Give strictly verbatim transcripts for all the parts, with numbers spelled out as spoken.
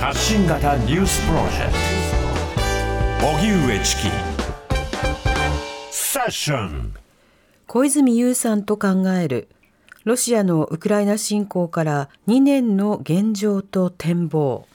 発信型ニュースプロジェクト荻上チキセッション。 小泉悠さんと考えるロシアのウクライナ侵攻からにねんの現状と展望。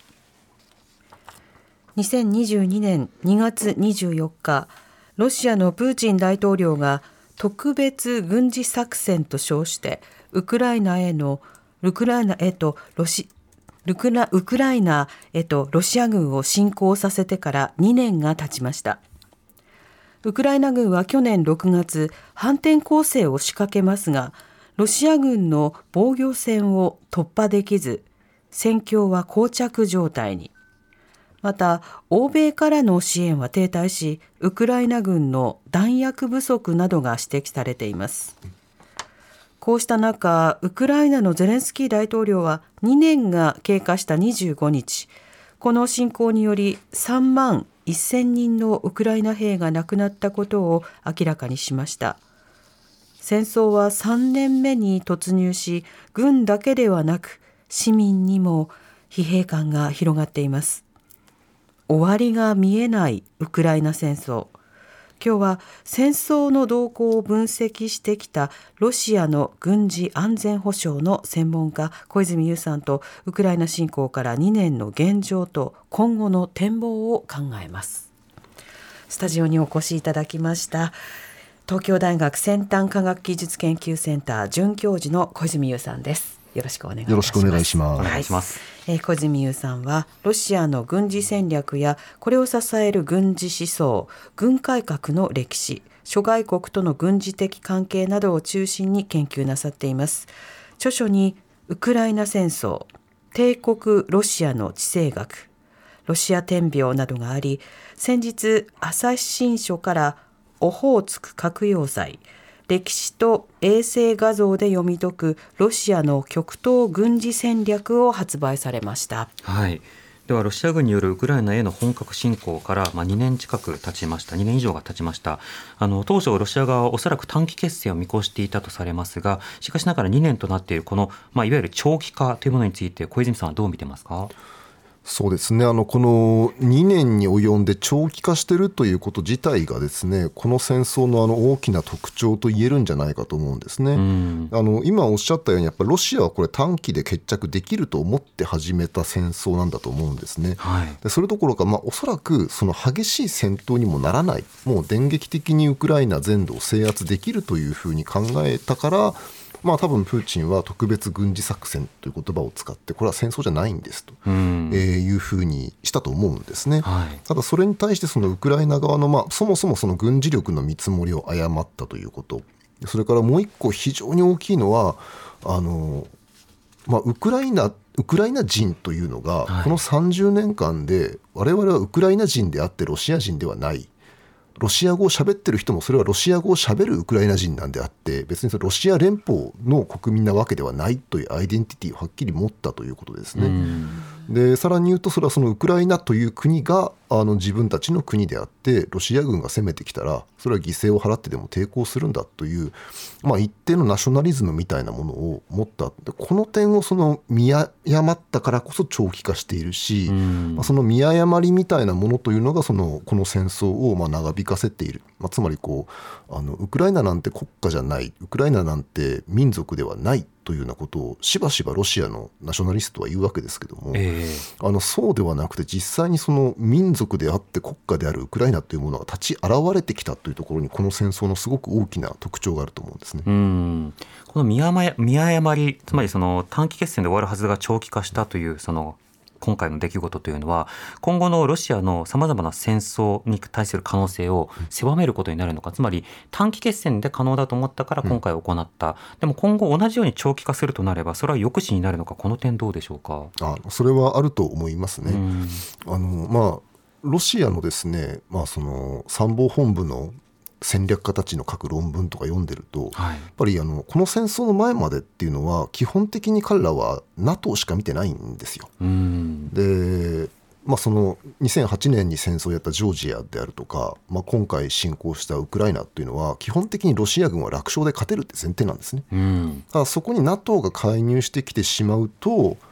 にせんにじゅうにねんにがつにじゅうよっか、ロシアのプーチン大統領が特別軍事作戦と称してウクライナへのウクライナへとロシウクラ、ウクライナへとロシア軍を侵攻させてからにねんが経ちました。ウクライナ軍は去年ろくがつ、反転攻勢を仕掛けますが、ロシア軍の防御線を突破できず、戦況は膠着状態に。また、欧米からの支援は停滞し、ウクライナ軍の弾薬不足などが指摘されています。こうした中、ウクライナのゼレンスキー大統領はにねんが経過したにじゅうごにち、この侵攻によりさんまんせんにんのウクライナ兵が亡くなったことを明らかにしました。戦争はさんねんめに突入し、軍だけではなく市民にも疲弊感が広がっています。終わりが見えないウクライナ戦争。今日は戦争の動向を分析してきたロシアの軍事安全保障の専門家小泉悠さんとウクライナ侵攻からにねんの現状と今後の展望を考えます。スタジオにお越しいただきました東京大学先端科学技術研究センター准教授の小泉悠さんです。よろしくお願いいたします。 よろしくお願いします。 はい、 お願いします。 えー、小泉悠さんはロシアの軍事戦略やこれを支える軍事思想、軍改革の歴史、諸外国との軍事的関係などを中心に研究なさっています。著書にウクライナ戦争、帝国ロシアの地政学、ロシア典病などがあり、先日朝日新書からオホーツク核要塞、歴史と衛星画像で読み解くロシアの極東軍事戦略を発売されました。 はい、ではロシア軍によるウクライナへの本格侵攻から、まあ、にねん近く経ちましたにねん以上が経ちました。あの当初ロシア側はおそらく短期決戦を見越していたとされますが、しかしながらにねんとなっているこの、まあ、いわゆる長期化というものについて小泉さんはどう見てますか？ そうですね、あのこのにねんに及んで長期化しているということ自体がですね、この戦争のあの大きな特徴と言えるんじゃないかと思うんですね。うんあの今おっしゃったようにやっぱりロシアはこれ短期で決着できると思って始めた戦争なんだと思うんですね。はい、でそれどころか、まあ、おそらくその激しい戦闘にもならない、もう電撃的にウクライナ全土を制圧できるというふうに考えたから、まあ、多分プーチンは特別軍事作戦という言葉を使ってこれは戦争じゃないんですと、うんえー、いうふうにしたと思うんですね。はい、ただそれに対してそのウクライナ側の、まあ、そもそもその軍事力の見積もりを誤ったということ、それからもう一個非常に大きいのはあの、まあ、ウクライナウクライナ人というのがこのさんじゅうねんかんで我々はウクライナ人であってロシア人ではない、ロシア語を喋ってる人もそれはロシア語を喋るウクライナ人なんであって、別にそのロシア連邦の国民なわけではないというアイデンティティをはっきり持ったということですね。でさらに言うと、それはそのウクライナという国があの自分たちの国であって、ロシア軍が攻めてきたらそれは犠牲を払ってでも抵抗するんだという、まあ、一定のナショナリズムみたいなものを持った。でこの点をその見誤ったからこそ長期化しているし、まあ、その見誤りみたいなものというのがそのこの戦争をまあ長引かせている、まあ、つまりこうあのウクライナなんて国家じゃない、ウクライナなんて民族ではないというようなことをしばしばロシアのナショナリストは言うわけですけども、えー、あのそうではなくて実際にその民族であって国家であるウクライナというものが立ち現れてきたというところにこの戦争のすごく大きな特徴があると思うんですね。 うんこの見誤り、見誤り、つまりその短期決戦で終わるはずが長期化したというその今回の出来事というのは今後のロシアのさまざまな戦争に対する可能性を狭めることになるのか、つまり短期決戦で可能だと思ったから今回行った、うん、でも今後同じように長期化するとなればそれは抑止になるのか、この点どうでしょうか？ あそれはあると思いますね。うんあのまあ、ロシアのですね、まあ、その参謀本部の戦略家たちの書く論文とか読んでると、はい、やっぱりあのこの戦争の前までっていうのは基本的に彼らは ナトー しか見てないんですよ。うんで、まあ、そのにせんはちねんに戦争をやったジョージアであるとか、まあ、今回侵攻したウクライナというのは基本的にロシア軍は楽勝で勝てるって前提なんですね。うんただそこに ナトー が介入してきてしまうと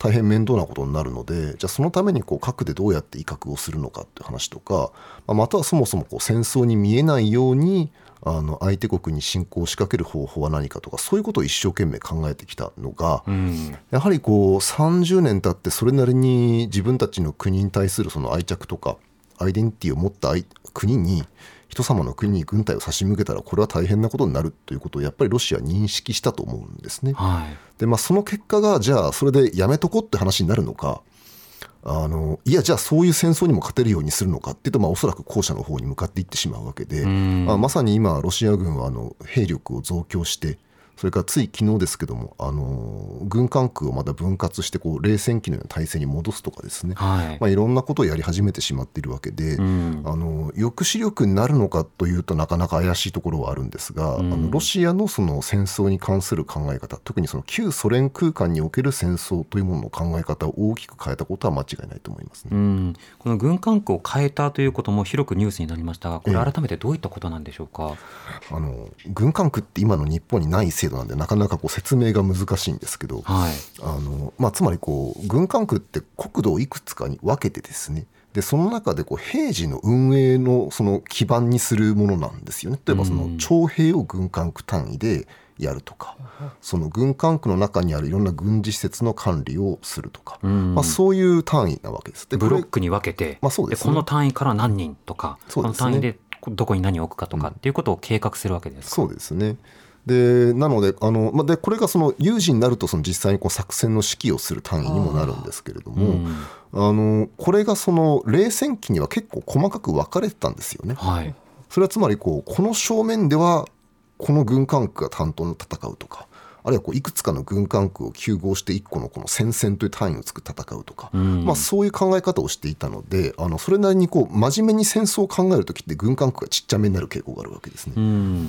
大変面倒なことになるので、じゃあそのためにこう核でどうやって威嚇をするのかっていう話とか、またはそもそもこう戦争に見えないようにあの相手国に侵攻を仕掛ける方法は何かとか、そういうことを一生懸命考えてきたのが、うん、やはりこうさんじゅうねん経ってそれなりに自分たちの国に対するその愛着とかアイデンティティを持った国に、人様の国に軍隊を差し向けたらこれは大変なことになるということをやっぱりロシアは認識したと思うんですね、はい。でまあ、その結果がじゃあそれでやめとこうって話になるのか、あのいやじゃあそういう戦争にも勝てるようにするのかっていうと、まあ、おそらく後者の方に向かっていってしまうわけで、まあ、まさに今ロシア軍はあの兵力を増強して、それからつい昨日ですけども、あの軍管区をまた分割してこう冷戦期のような体制に戻すとかですね、はいまあ、いろんなことをやり始めてしまっているわけで、うん、あの抑止力になるのかというとなかなか怪しいところはあるんですが、うん、あのロシアのその戦争に関する考え方、特にその旧ソ連空間における戦争というものの考え方を大きく変えたことは間違いないと思いますね、 うん、この軍管区を変えたということも広くニュースになりましたが、これ改めてどういったことなんでしょうか。 えー、あの軍管区って今の日本にない制度なんでなかなかこう説明が難しいんですけど、はいあのまあ、つまりこう軍管区って国土をいくつかに分けてですね、でその中でこう平時の運営のその基盤にするものなんですよね。例えばその徴兵を軍管区単位でやるとか、その軍管区の中にあるいろんな軍事施設の管理をするとか、まあ、そういう単位なわけです。でブロックに分けて、まあそうですね、でこの単位から何人とか、そうですね、この単位でどこに何を置くかとかっていうことを計画するわけですか。 そうですね。でなのであの、まあ、でこれがその有事になるとその実際にこう作戦の指揮をする単位にもなるんですけれども、うん、あのこれがその冷戦期には結構細かく分かれてたんですよね、はい、それはつまりこうこの正面ではこの軍管区が担当の戦うとか、あるいはこういくつかの軍管区を糾合していっこのこの戦線という単位を作って戦うとか、うんまあ、そういう考え方をしていたので、あのそれなりにこう真面目に戦争を考えるときって軍管区がちっちゃめになる傾向があるわけですね、うん、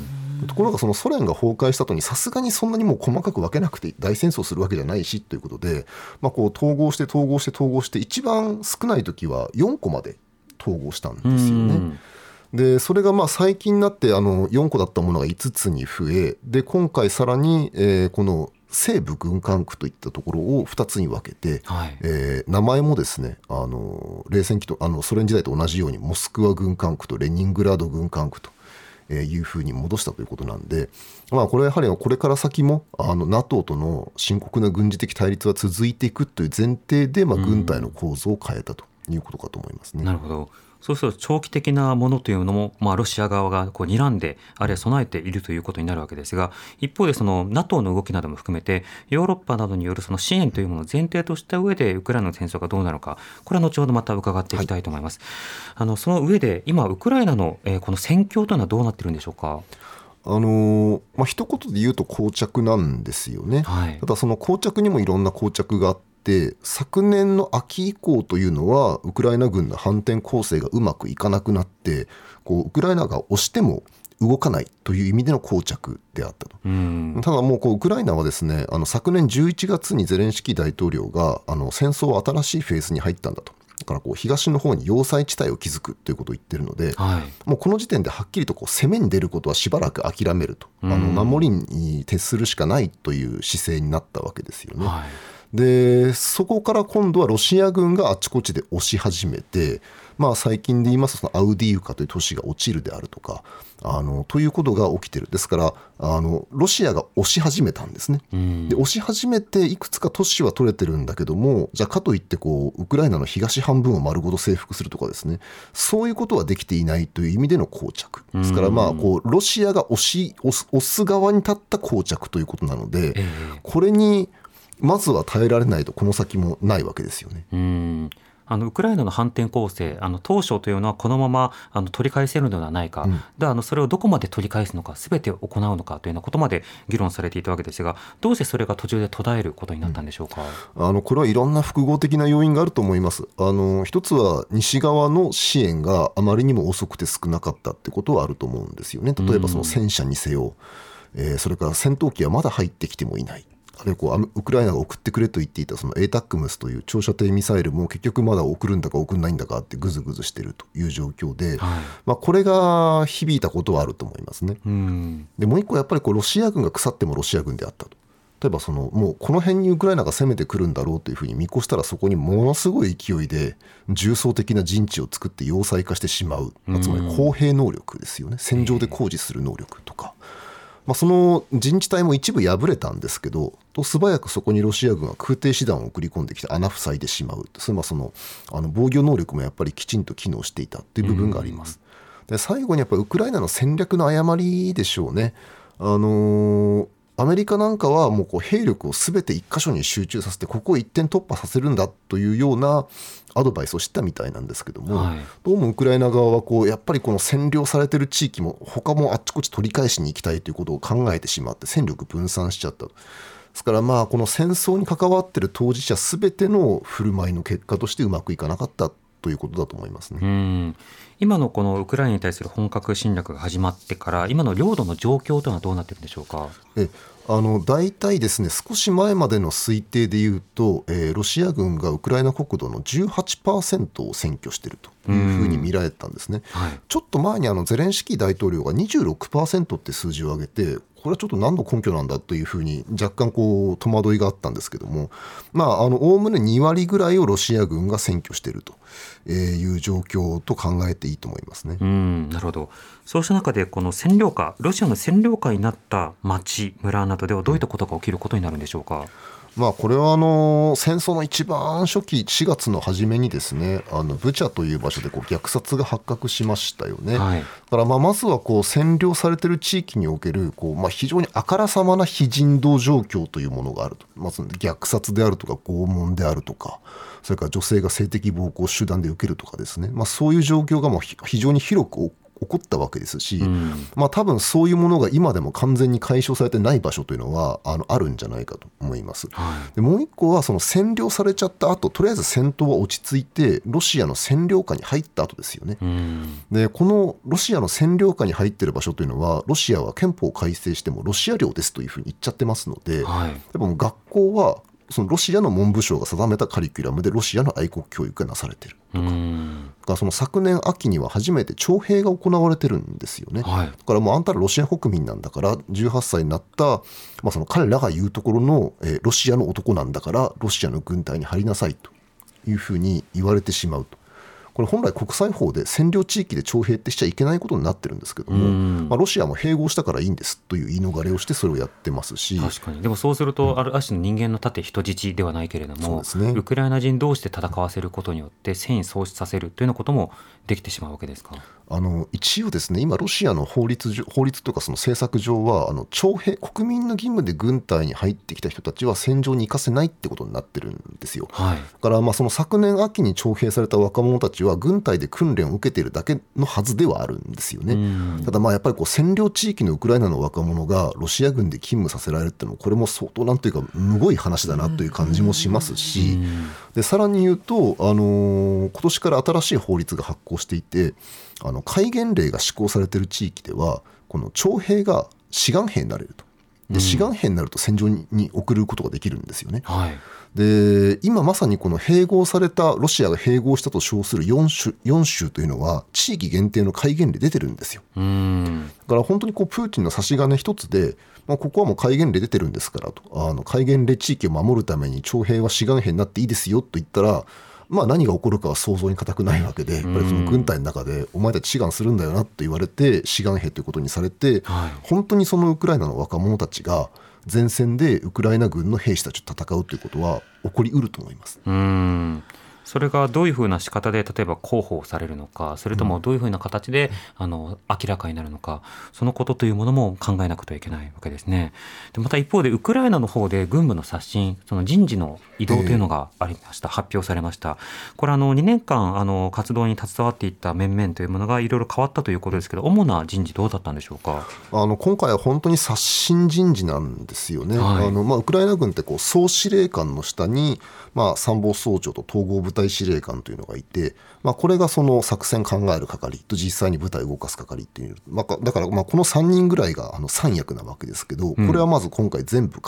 ところがそのソ連が崩壊した後にさすがにそんなにもう細かく分けなくて大戦争するわけじゃないしということで、まあ、こう統合して統合して統合して一番少ないときはよんこまで統合したんですよね、うんでそれがまあ最近になってあのよんこだったものがいつつに増え、で今回さらに、えー、この西部軍管区といったところをふたつに分けて、はいえー、名前もですねあの冷戦期とあのソ連時代と同じようにモスクワ軍管区とレニングラード軍管区というふうに戻したということなんで、まあ、これはやはりこれから先もあの NATO との深刻な軍事的対立は続いていくという前提で、まあ、軍隊の構造を変えたということかと思いますね、うん、 なるほど。そうすると長期的なものというのも、まあ、ロシア側がこう睨んであるいは備えているということになるわけですが、一方でその NATO の動きなども含めてヨーロッパなどによるその支援というものを前提とした上でウクライナの戦争がどうなるか、これは後ほどまた伺っていきたいと思います、はい、あのその上で今ウクライナの、えー、この戦況というのはどうなっているんでしょうか。 あのーまあ、一言で言うと膠着なんですよね、はい、ただその膠着にもいろんな膠着があって、昨年の秋以降というのはウクライナ軍の反転攻勢がうまくいかなくなって、こうウクライナが押しても動かないという意味での膠着であったと。うんただもうこうウクライナはですね、あの昨年じゅういちがつにゼレンスキー大統領があの戦争は新しいフェーズに入ったんだと、だからこう東の方に要塞地帯を築くということを言ってるので、はい、もうこの時点ではっきりとこう攻めに出ることはしばらく諦めると、あの守りに徹するしかないという姿勢になったわけですよね、はい、でそこから今度はロシア軍があちこちで押し始めて、まあ、最近で言いますとそのアウディーウカという都市が落ちるであるとかあのということが起きてる。ですからあのロシアが押し始めたんですね。で押し始めていくつか都市は取れてるんだけども、じゃあかといってこうウクライナの東半分を丸ごと征服するとかですね、そういうことはできていないという意味での膠着ですから、まあこうロシアが押し押す、押す側に立った膠着ということなので、えー、これにまずは耐えられないとこの先もないわけですよね。 うんあのウクライナの反転攻勢、あの当初というのはこのままあの取り返せるのではないか、うん、であのそれをどこまで取り返すのか、すべて行うのかというようなことまで議論されていたわけですが、どうしてそれが途中で途絶えることになったんでしょうか。 うん、あのこれはいろんな複合的な要因があると思います。あの一つは西側の支援があまりにも遅くて少なかったってことはあると思うんですよね。例えばその戦車にせよ、うんえー、それから戦闘機はまだ入ってきてもいない。あるいはこうウクライナが送ってくれと言っていたその エータックムス という長射程ミサイルも結局まだ送るんだか送んないんだかってぐずぐずしているという状況で、はいまあ、これが響いたことはあると思いますね。うんでもう一個やっぱりこうロシア軍が腐ってもロシア軍であったと。 例えばそのもうこの辺にウクライナが攻めてくるんだろうというふうに見越したら、そこにものすごい勢いで重層的な陣地を作って要塞化してしまう、まあ、つまり公兵能力ですよね。戦場で工事する能力とか、まあ、その陣地帯も一部破れたんですけど、と素早くそこにロシア軍は空挺師団を送り込んできて穴塞いでしまう。それはそのあの防御能力もやっぱりきちんと機能していたという部分があります。で最後にやっぱりウクライナの戦略の誤りでしょうね。あのーアメリカなんかはもうこう兵力を全て一箇所に集中させてここを一点突破させるんだというようなアドバイスをしたみたいなんですけども、はい、どうもウクライナ側はこうやっぱりこの占領されている地域も他もあっちこっち取り返しに行きたいということを考えてしまって戦力分散しちゃったと。ですからまあこの戦争に関わっている当事者全ての振る舞いの結果としてうまくいかなかったということだと思いますね。 うん、今のこのウクライナに対する本格侵略が始まってから今の領土の状況というのはどうなっているんでしょうか。 えあの大体ですね、少し前までの推定でいうと、えー、ロシア軍がウクライナ国土の じゅうはちパーセント を占拠しているというふうに見られたんですね、はい、ちょっと前にあのゼレンスキー大統領が にじゅうろくパーセント って数字を上げて、これはちょっと何の根拠なんだというふうに若干こう戸惑いがあったんですけども、まあ、あのおおむねに割ぐらいをロシア軍が占拠しているという状況と考えていいと思いますね。 うん、なるほど。そうした中でこの占領下、ロシアの占領下になった町村などではどういったことが起きることになるんでしょうか。 まあ、これはあの戦争の一番初期しがつの初めにですね、あのブチャという場所でこう虐殺が発覚しましたよね、はい、だからまあまずはこう占領されている地域におけるこうまあ非常にあからさまな非人道状況というものがあると、まず虐殺であるとか拷問であるとか、それから女性が性的暴行を集団で受けるとかですね、まあ、そういう状況がもう非常に広く起こったわけですし、うんまあ、多分そういうものが今でも完全に解消されてない場所というのは あのあるんじゃないかと思います、はい、でもう一個はその占領されちゃった後、とりあえず戦闘は落ち着いてロシアの占領下に入った後ですよね、うん、でこのロシアの占領下に入っている場所というのはロシアは憲法を改正してもロシア領ですというふうに言っちゃってますので、はい、やっぱもう学校はそのロシアの文部省が定めたカリキュラムでロシアの愛国教育がなされているとか、うんその昨年秋には初めて徴兵が行われてるんですよね、はい、だからもうあんたらロシア国民なんだからじゅうはっさいになった、まあ、その彼らが言うところの、えー、ロシアの男なんだからロシアの軍隊に入りなさいというふうに言われてしまうと。これ本来国際法で占領地域で徴兵ってしちゃいけないことになってるんですけども、まあ、ロシアも併合したからいいんですという言い逃れをしてそれをやってますし、 確かにでもそうすると、うん、ある種の人間の盾人質ではないけれども、そうですね、ウクライナ人同士で戦わせることによって戦意喪失させるというようなこともできてしまうわけですか。 あの一応ですね、今ロシアの法律上、法律とかその政策上はあの徴兵、国民の義務で軍隊に入ってきた人たちは戦場に行かせないってことになってるんですよ、はい、だからまあその昨年秋に徴兵された若者たちは軍隊で訓練を受けているだけのはずではあるんですよね。ただまあやっぱりこう占領地域のウクライナの若者がロシア軍で勤務させられるっていうのもこれも相当なんというかむごい話だなという感じもしますし、でさらに言うと、あのー、今年から新しい法律が発効していて、あの戒厳令が施行されている地域ではこの徴兵が志願兵になれると。で志願兵になると戦場に送ることができるんですよね、はい、で今まさにこの併合されたロシアが併合したと称する4州、よん州というのは地域限定の戒厳令出てるんですよ。うんだから本当にこうプーチンの差し金一つで、まあ、ここはもう戒厳令出てるんですからと、あの戒厳令地域を守るために徴兵は志願兵になっていいですよと言ったら、まあ、何が起こるかは想像に難くないわけで、やっぱりその軍隊の中でお前たち志願するんだよなと言われて志願兵ということにされて、はい、本当にそのウクライナの若者たちが前線でウクライナ軍の兵士たちと戦うということは起こりうると思います。 うーんそれがどういうふうな仕方で例えば広報されるのか、それともどういうふうな形で、うん、あの明らかになるのか、そのことというものも考えなくてはいけないわけですね。でまた一方でウクライナの方で軍部の刷新、その人事の移動というのがありました、えー、発表されました。これあのにねんかんあの活動に携わっていった面々というものがいろいろ変わったということですけど、主な人事どうだったんでしょうか。 あの今回は本当に刷新人事なんですよね、はい、あのまあ、ウクライナ軍ってこう総司令官の下に、まあ、参謀総長と統合部隊司令官というのがいて、まあ、これがその作戦考える係と実際に部隊を動かす係っていう、まあ、だからまあこのさんにんぐらいがあの三役なわけですけど、これはまず今回全部変わって、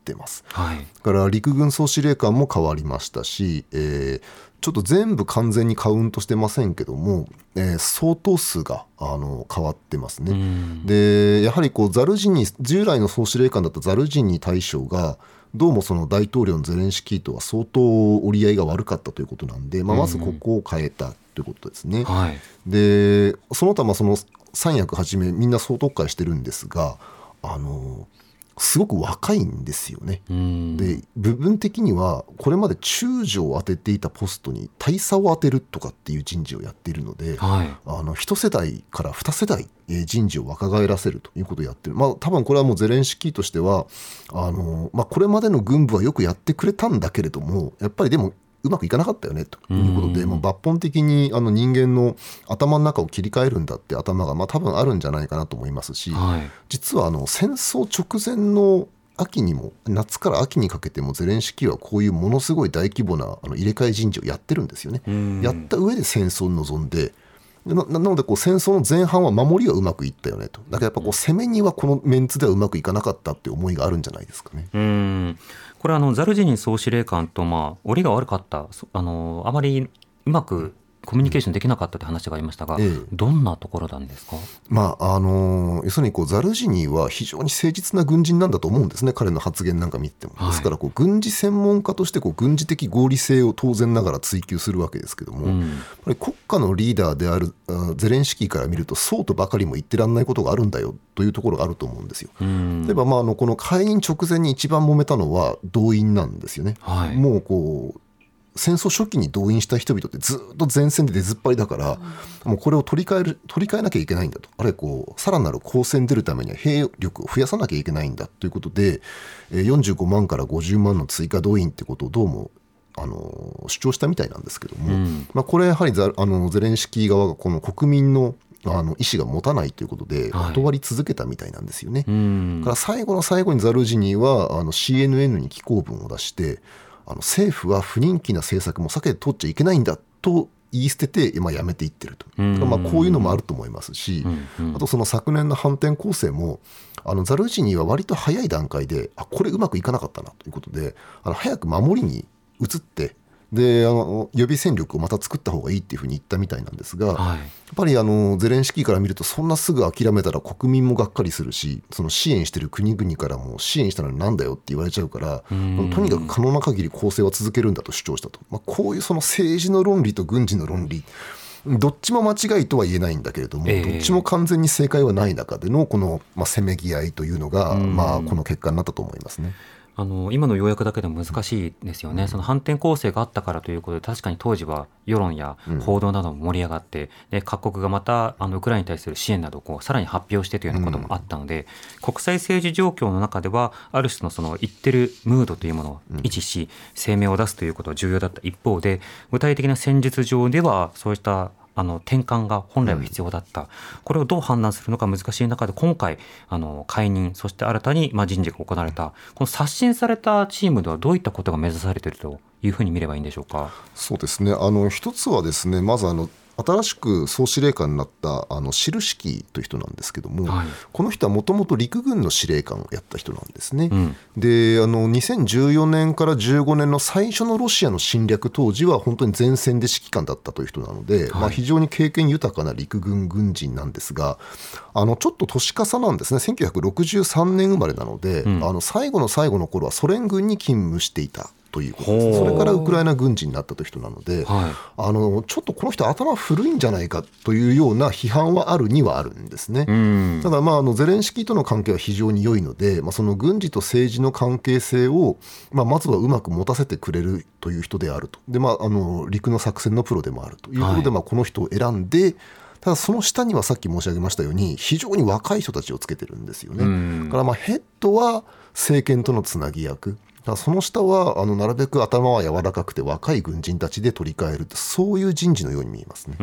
てます、 はい、 だから陸軍総司令官も変わりましたし、えー、ちょっと全部完全にカウントしてませんけども、えー、相当数があの変わってますね。でやはりこうザルジニ従来の総司令官だったザルジニ大将がどうもその大統領のゼレンスキーとは相当折り合いが悪かったということなんで、まあ、まずここを変えたということですね、 はい、 でその他まあその三役はじめみんな総督会してるんですが、あのすごく若いんですよね。で部分的にはこれまで中将を当てていたポストに大佐を当てるとかっていう人事をやっているので、はい、あの一世代から二世代人事を若返らせるということをやってる、まあ、多分これはもうゼレンスキーとしてはあの、まあ、これまでの軍部はよくやってくれたんだけれどもやっぱりでもうまくいかなかったよねということで、もう抜本的にあの人間の頭の中を切り替えるんだって頭がまあ多分あるんじゃないかなと思いますし、はい、実はあの戦争直前の秋にも夏から秋にかけてもゼレンスキーはこういうものすごい大規模なあの入れ替え人事をやってるんですよね。やった上で戦争に臨んでな, なのでこう戦争の前半は守りはうまくいったよねと。だからやっぱこう攻めにはこのメンツではうまくいかなかったっていう思いがあるんじゃないですかね。 うーんこれはあのザルジニ総司令官とまあ折りが悪かった、あのあまりうまくコミュニケーションできなかったという話がありましたが、ええ、どんなところなんですか。 まああの要するにこうザルジニは非常に誠実な軍人なんだと思うんですね、彼の発言なんか見ても。ですからこう軍事専門家としてこう軍事的合理性を当然ながら追求するわけですけども、うん、やっぱり国家のリーダーであるゼレンスキーから見るとそうとばかりも言ってらんないことがあるんだよというところがあると思うんですよ。うん、例えばまああのこの解任直前に一番揉めたのは動員なんですよね。はい、もうこう戦争初期に動員した人々ってずっと前線で出ずっぱりだから、うん、もうこれを取り替える取り替えなきゃいけないんだと、あるいはこうさらなる攻勢に出るためには兵力を増やさなきゃいけないんだということでよんじゅうごまんからごじゅうまんの追加動員ってことをどうもあの主張したみたいなんですけども、うんまあ、これやはりザあのゼレンスキー側がこの国民のあの意思が持たないということで断り続けたみたいなんですよね。はい、だから最後の最後にザルジニーはあの シーエヌエヌ に寄稿文を出してあの政府は不人気な政策も避けて通っちゃいけないんだと言い捨てて、まあ、やめていってると。まあこういうのもあると思いますし、あとその昨年の反転攻勢もあのザルジニーは割と早い段階であこれうまくいかなかったなということであの早く守りに移ってであの予備戦力をまた作った方がいいっていうふうに言ったみたいなんですが、はい、やっぱりあのゼレンスキーから見るとそんなすぐ諦めたら国民もがっかりするしその支援してる国々からも支援したのになんだよって言われちゃうからとにかく可能な限り攻勢は続けるんだと主張したと、まあ、こういうその政治の論理と軍事の論理どっちも間違いとは言えないんだけれども、えー、どっちも完全に正解はない中でのこの、まあ、せめぎ合いというのが、まあ、この結果になったと思いますね。 あの今の要約だけでも難しいですよね。その反転攻勢があったからということで確かに当時は世論や報道なども盛り上がって、うん、で各国がまたあのウクライナに対する支援などをこうさらに発表してというようなこともあったので、うん、国際政治状況の中ではある種のその言ってるムードというものを維持し、うん、声明を出すということは重要だった一方で具体的な戦術上ではそうしたあの転換が本来は必要だった、うん、これをどう判断するのか難しい中で今回あの解任そして新たにまあ人事が行われたこの刷新されたチームではどういったことが目指されているというふうに見ればいいんでしょうか。 そうですね、あの一つはですねまずあの新しく総司令官になったあのシルシキーという人なんですけども、はい、この人はもともと陸軍の司令官をやった人なんですね。うん、であのにせんじゅうよねんからじゅうごねんの最初のロシアの侵略当時は本当に前線で指揮官だったという人なので、はいまあ、非常に経験豊かな陸軍軍人なんですがあのちょっと年かさなんですね。せんきゅうひゃくろくじゅうさんねん生まれなので、うん、あの最後の最後の頃はソ連軍に勤務していたということです。それからウクライナ軍人になったという人なので、はい、あのちょっとこの人頭古いんじゃないかというような批判はあるにはあるんですね。うんただ、まあ、あのゼレンスキーとの関係は非常に良いので、まあ、その軍事と政治の関係性を、まあ、まずはうまく持たせてくれるという人であると。で、まあ、あの陸の作戦のプロでもあるということで、はいまあ、この人を選んでただその下にはさっき申し上げましたように非常に若い人たちをつけてるんですよね。だからまあヘッドは政権とのつなぎ役だからその下はあのなるべく頭は柔らかくて若い軍人たちで取り替えるって、そういう人事のように見えますね。 うん、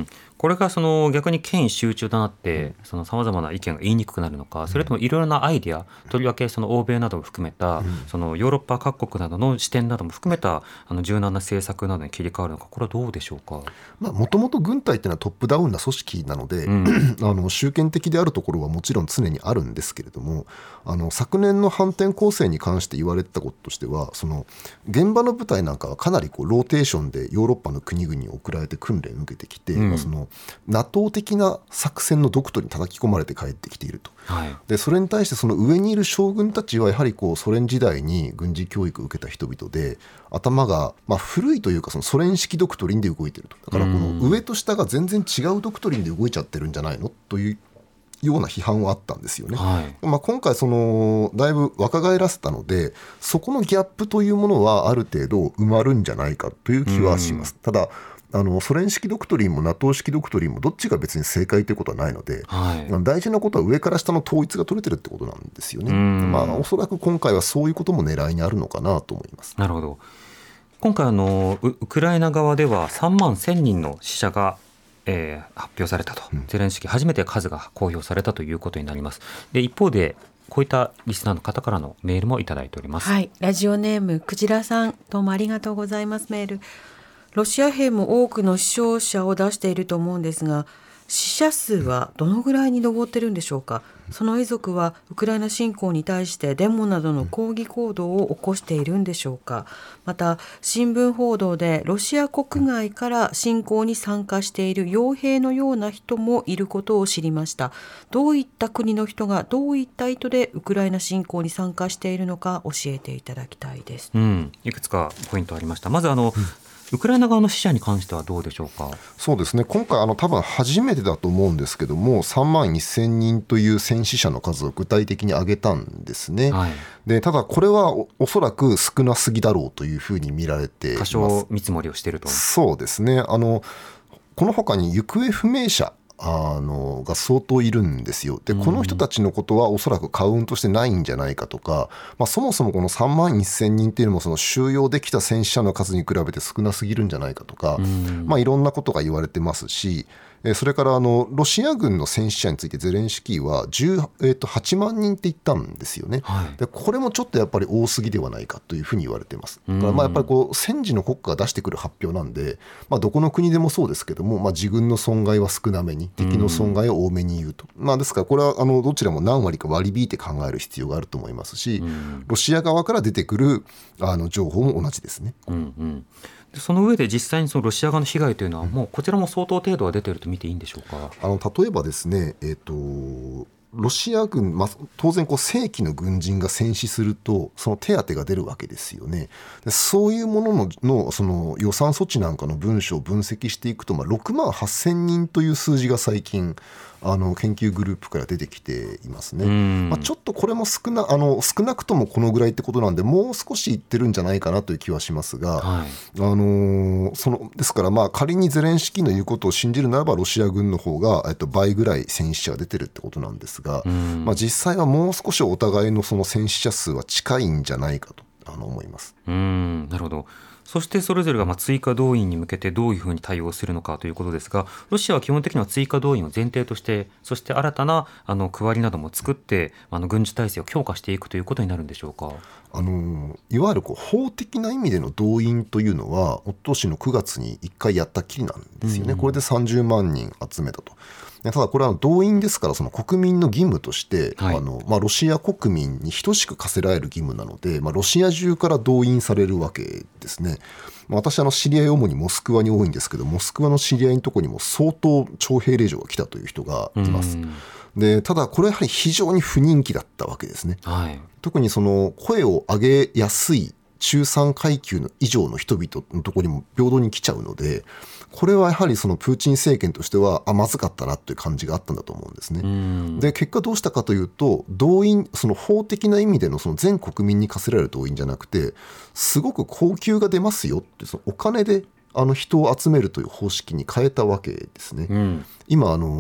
これがその逆に権威集中となってさまざまな意見が言いにくくなるのか、それともいろいろなアイデア、とりわけその欧米などを含めたそのヨーロッパ各国などの視点なども含めたあの柔軟な政策などに切り替わるのか、これはどうでしょうか。 もともと軍隊っていうのはトップダウンな組織なので、うん、あの集権的であるところはもちろん常にあるんですけれども、あの昨年の反転攻勢に関して言われてたこととしては、その現場の部隊なんかはかなりこうローテーションでヨーロッパの国々に送られて訓練を受けてきて、うん、まあ、その NATO 的な作戦のドクトに叩き込まれて帰ってきていると、はい、でそれに対してその上にいる将軍たちはやはりこうソ連時代に軍事教育を受けた人々で、頭がまあ古いというか、そのソ連式ドクトリンで動いていると。だからこの上と下が全然違うドクトリンで動いちゃってるんじゃないのというような批判はあったんですよね。はい、まあ、今回そのだいぶ若返らせたので、そこのギャップというものはある程度埋まるんじゃないかという気はします。ただあのソ連式ドクトリンも NATO 式ドクトリンもどっちが別に正解ということはないので、はい、大事なことは上から下の統一が取れてるってことなんですよね。まあ、おそらく今回はそういうことも狙いにあるのかなと思います。 なるほど。今回あの ウ, ウクライナ側ではさんまんせんにんの死者がえー、発表されたと、うん、ゼレンスキー初めて数が公表されたということになります。で一方でこういったリスナーの方からのメールもいただいております。 はい、ラジオネームクジラさん、どうもありがとうございます。メール、ロシア兵も多くの死傷者を出していると思うんですが、死者数はどのぐらいに上ってるんでしょうか。その遺族はウクライナ侵攻に対してデモなどの抗議行動を起こしているんでしょうか。また新聞報道でロシア国外から侵攻に参加している傭兵のような人もいることを知りました。どういった国の人がどういった意図でウクライナ侵攻に参加しているのか教えていただきたいです。 うん、いくつかポイントありました。まずあの、うんウクライナ側の死者に関してはどうでしょうか。 そうですね、今回あの多分初めてだと思うんですけども、さんまんせんにんという戦死者の数を具体的に挙げたんですね。はい、でただこれは お, おそらく少なすぎだろうというふうに見られています。 多少見積もりをしていると。 そうですね、あのこの他に行方不明者あのが相当いるんですよ。でこの人たちのことはおそらくカウントしてないんじゃないかとか、まあ、そもそもこのさんまんせんにんっていうのもその収容できた戦死者の数に比べて少なすぎるんじゃないかとか、まあ、いろんなことが言われてますし、それからあのロシア軍の戦死者についてゼレンスキーはじゅう、えー、とはちまんにんって言ったんですよね。はい、でこれもちょっとやっぱり多すぎではないかというふうに言われています。だからまあやっぱりこう戦時の国家が出してくる発表なんで、まあ、どこの国でもそうですけども、まあ、自軍の損害は少なめに敵の損害を多めに言うと、まあ、ですからこれはあのどちらも何割か割り引いて考える必要があると思いますし、ロシア側から出てくるあの情報も同じですね。 うんうん、その上で実際にそのロシア側の被害というのはもうこちらも相当程度は出ていると見ていいんでしょうか。 あの例えばですね、えーとロシア軍、まあ、当然こう正規の軍人が戦死するとその手当が出るわけですよね。でそういうもの の, の, その予算措置なんかの文書を分析していくと、まあ、ろくまんはっせんにんという数字が最近あの研究グループから出てきていますね。まあ、ちょっとこれも 少 な, あの少なくともこのぐらいってことなんで、もう少しいってるんじゃないかなという気はしますが、はい、あのそのですからまあ仮にゼレンスキーの言うことを信じるならばロシア軍の方が、えっと、倍ぐらい戦死者が出てるってことなんですが、まあ、実際はもう少しお互いのその戦死者数は近いんじゃないかとあの思います。 うーん、なるほど。そしてそれぞれがまあ追加動員に向けてどういうふうに対応するのかということですが、ロシアは基本的には追加動員を前提として、そして新たなあの区割りなども作ってあの軍事体制を強化していくということになるんでしょうか。 あのいわゆるこう法的な意味での動員というのはおととしのくがつにいっかいやったきりなんですよね。これでさんじゅうまんにん集めたと。ただこれは動員ですから、その国民の義務として、はい、あのまあ、ロシア国民に等しく課せられる義務なので、まあ、ロシア中から動員されるわけですね。まあ、私あの知り合い主にモスクワに多いんですけど、モスクワの知り合いのところにも相当徴兵令状が来たという人がいます。でただこれはやはり非常に不人気だったわけですね。はい、特にその声を上げやすい中産階級の以上の人々のところにも平等に来ちゃうので、これはやはりそのプーチン政権としてはあまずかったなという感じがあったんだと思うんですね。で結果どうしたかというと、動員その法的な意味で の, その全国民に課せられる動員じゃなくて、すごく高給が出ますよってそのお金であの人を集めるという方式に変えたわけですね。うん、今あの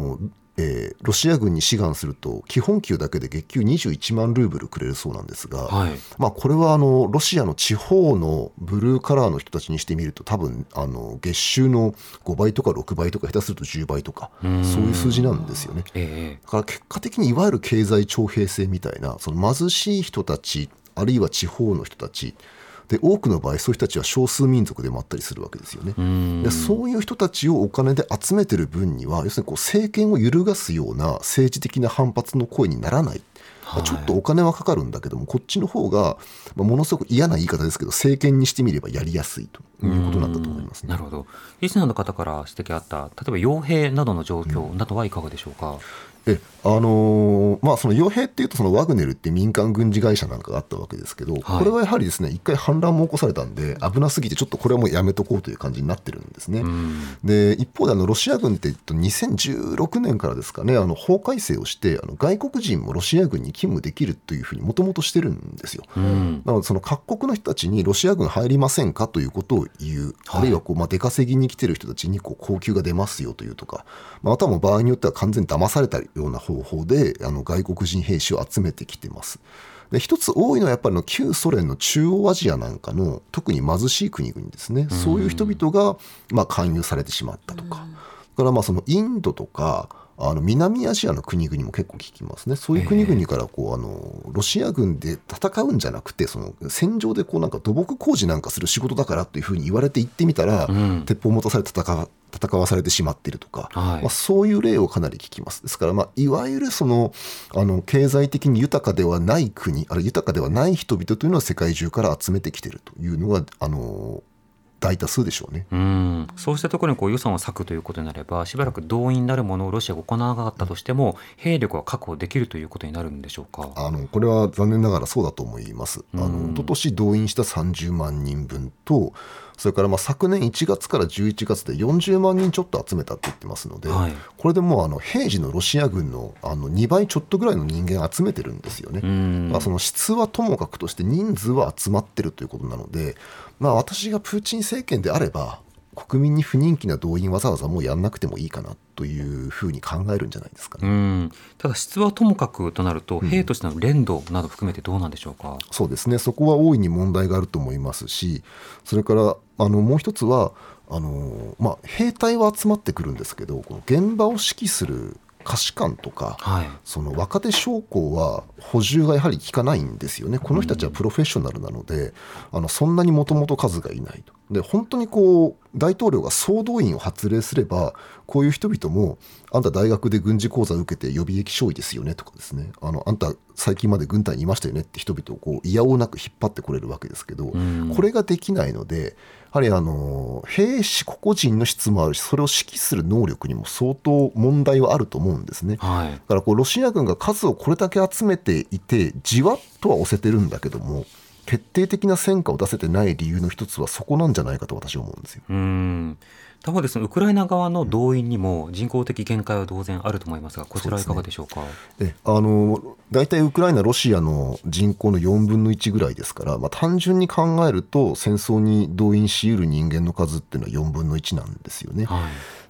えー、ロシア軍に志願すると基本給だけで月給にじゅういちまんルーブルくれるそうなんですが、はい、まあ、これはあのロシアの地方のブルーカラーの人たちにしてみると多分あの月収のごばいとかろくばいとか下手するとじゅうばいとかそういう数字なんですよね、えー、だから結果的にいわゆる経済徴兵制みたいなその貧しい人たちあるいは地方の人たちで多くの場合そういう人たちは少数民族でもあったりするわけですよね。でそういう人たちをお金で集めてる分には要するにこう政権を揺るがすような政治的な反発の声にならない、はい、ちょっとお金はかかるんだけどもこっちの方が、まあ、ものすごく嫌な言い方ですけど政権にしてみればやりやすいということなんだと思いますね。 なるほど。リスナーの方から指摘あった例えば傭兵などの状況などはいかがでしょうか。うんえあのーまあ、その傭兵っていうとそのワグネルって民間軍事会社なんかがあったわけですけど、はい、これはやはりですね一回反乱も起こされたんで危なすぎてちょっとこれはもうやめとこうという感じになってるんですね。で一方であのロシア軍ってにせんじゅうろくねんからですかねあの法改正をしてあの外国人もロシア軍に勤務できるというふうにもともとしてるんですよ。なのでその各国の人たちにロシア軍入りませんかということを言う、はい、あるいはこう、まあ、出稼ぎに来てる人たちにこう高給が出ますよというとか、またも場合によっては完全に騙されたような方法でであの外国人兵士を集めてきてます。で一つ多いのはやっぱりの旧ソ連の中央アジアなんかの特に貧しい国々ですね、うん、そういう人々がまあ勧誘されてしまったとか、うん、だからまあそのインドとかあの南アジアの国々も結構聞きますね。そういう国々からこうあのロシア軍で戦うんじゃなくてその戦場でこうなんか土木工事なんかする仕事だからというふうに言われて行ってみたら、うん、鉄砲を持たされて戦う戦わされてしまっているとか、はいまあ、そういう例をかなり聞きます。ですから、まあ、いわゆるそのあの経済的に豊かではない国あるいは豊かではない人々というのは世界中から集めてきているというのがあの大多数でしょうね。 うんそうしたところにこう予算を割くということになればしばらく動員なるものをロシアが行わなかったとしても兵力は確保できるということになるんでしょうか。 あのこれは残念ながらそうだと思います。あの一昨年動員したさんじゅうまんにんぶんとそれからまあ昨年いちがつからじゅういちがつでよんじゅうまんにんちょっと集めたって言ってますので、はい、これでもうあの平時のロシア軍 の, あのにばいちょっとぐらいの人間集めてるんですよね。まあ、その質はともかくとして人数は集まってるということなので、まあ、私がプーチン政権であれば国民に不人気な動員わざわざもうやんなくてもいいかなというふうに考えるんじゃないですかね。 うんただ質はともかくとなると兵としての練度など含めてどうなんでしょうか。うん、 そうですねそこは大いに問題があると思いますしそれからあのもう一つはあの、まあ、兵隊は集まってくるんですけどこの現場を指揮する下士官とか、はい、その若手将校は補充がやはり効かないんですよね。この人たちはプロフェッショナルなので、うん、あのそんなにもともと数がいないと。で本当にこう大統領が総動員を発令すればこういう人々もあんた大学で軍事講座を受けて予備役少尉ですよねとかですね あのあんた最近まで軍隊にいましたよねって人々をこういやおうなく引っ張ってこれるわけですけど、うん、これができないのでやはりあの兵士個々人の質もあるしそれを指揮する能力にも相当問題はあると思うんですね。はい、だからこうロシア軍が数をこれだけ集めていてじわっとは押せてるんだけども決定的な戦果を出せてない理由の一つはそこなんじゃないかと私は思うんですよ。 うーん他方ですねウクライナ側の動員にも人口的限界は当然あると思いますがこちらはいかがでしょうか。 そうですね、えあのだいたいウクライナロシアの人口のよんぶんのいちぐらいですから、まあ、単純に考えると戦争に動員し得る人間の数っていうのはよんぶんのいちなんですよね。はい、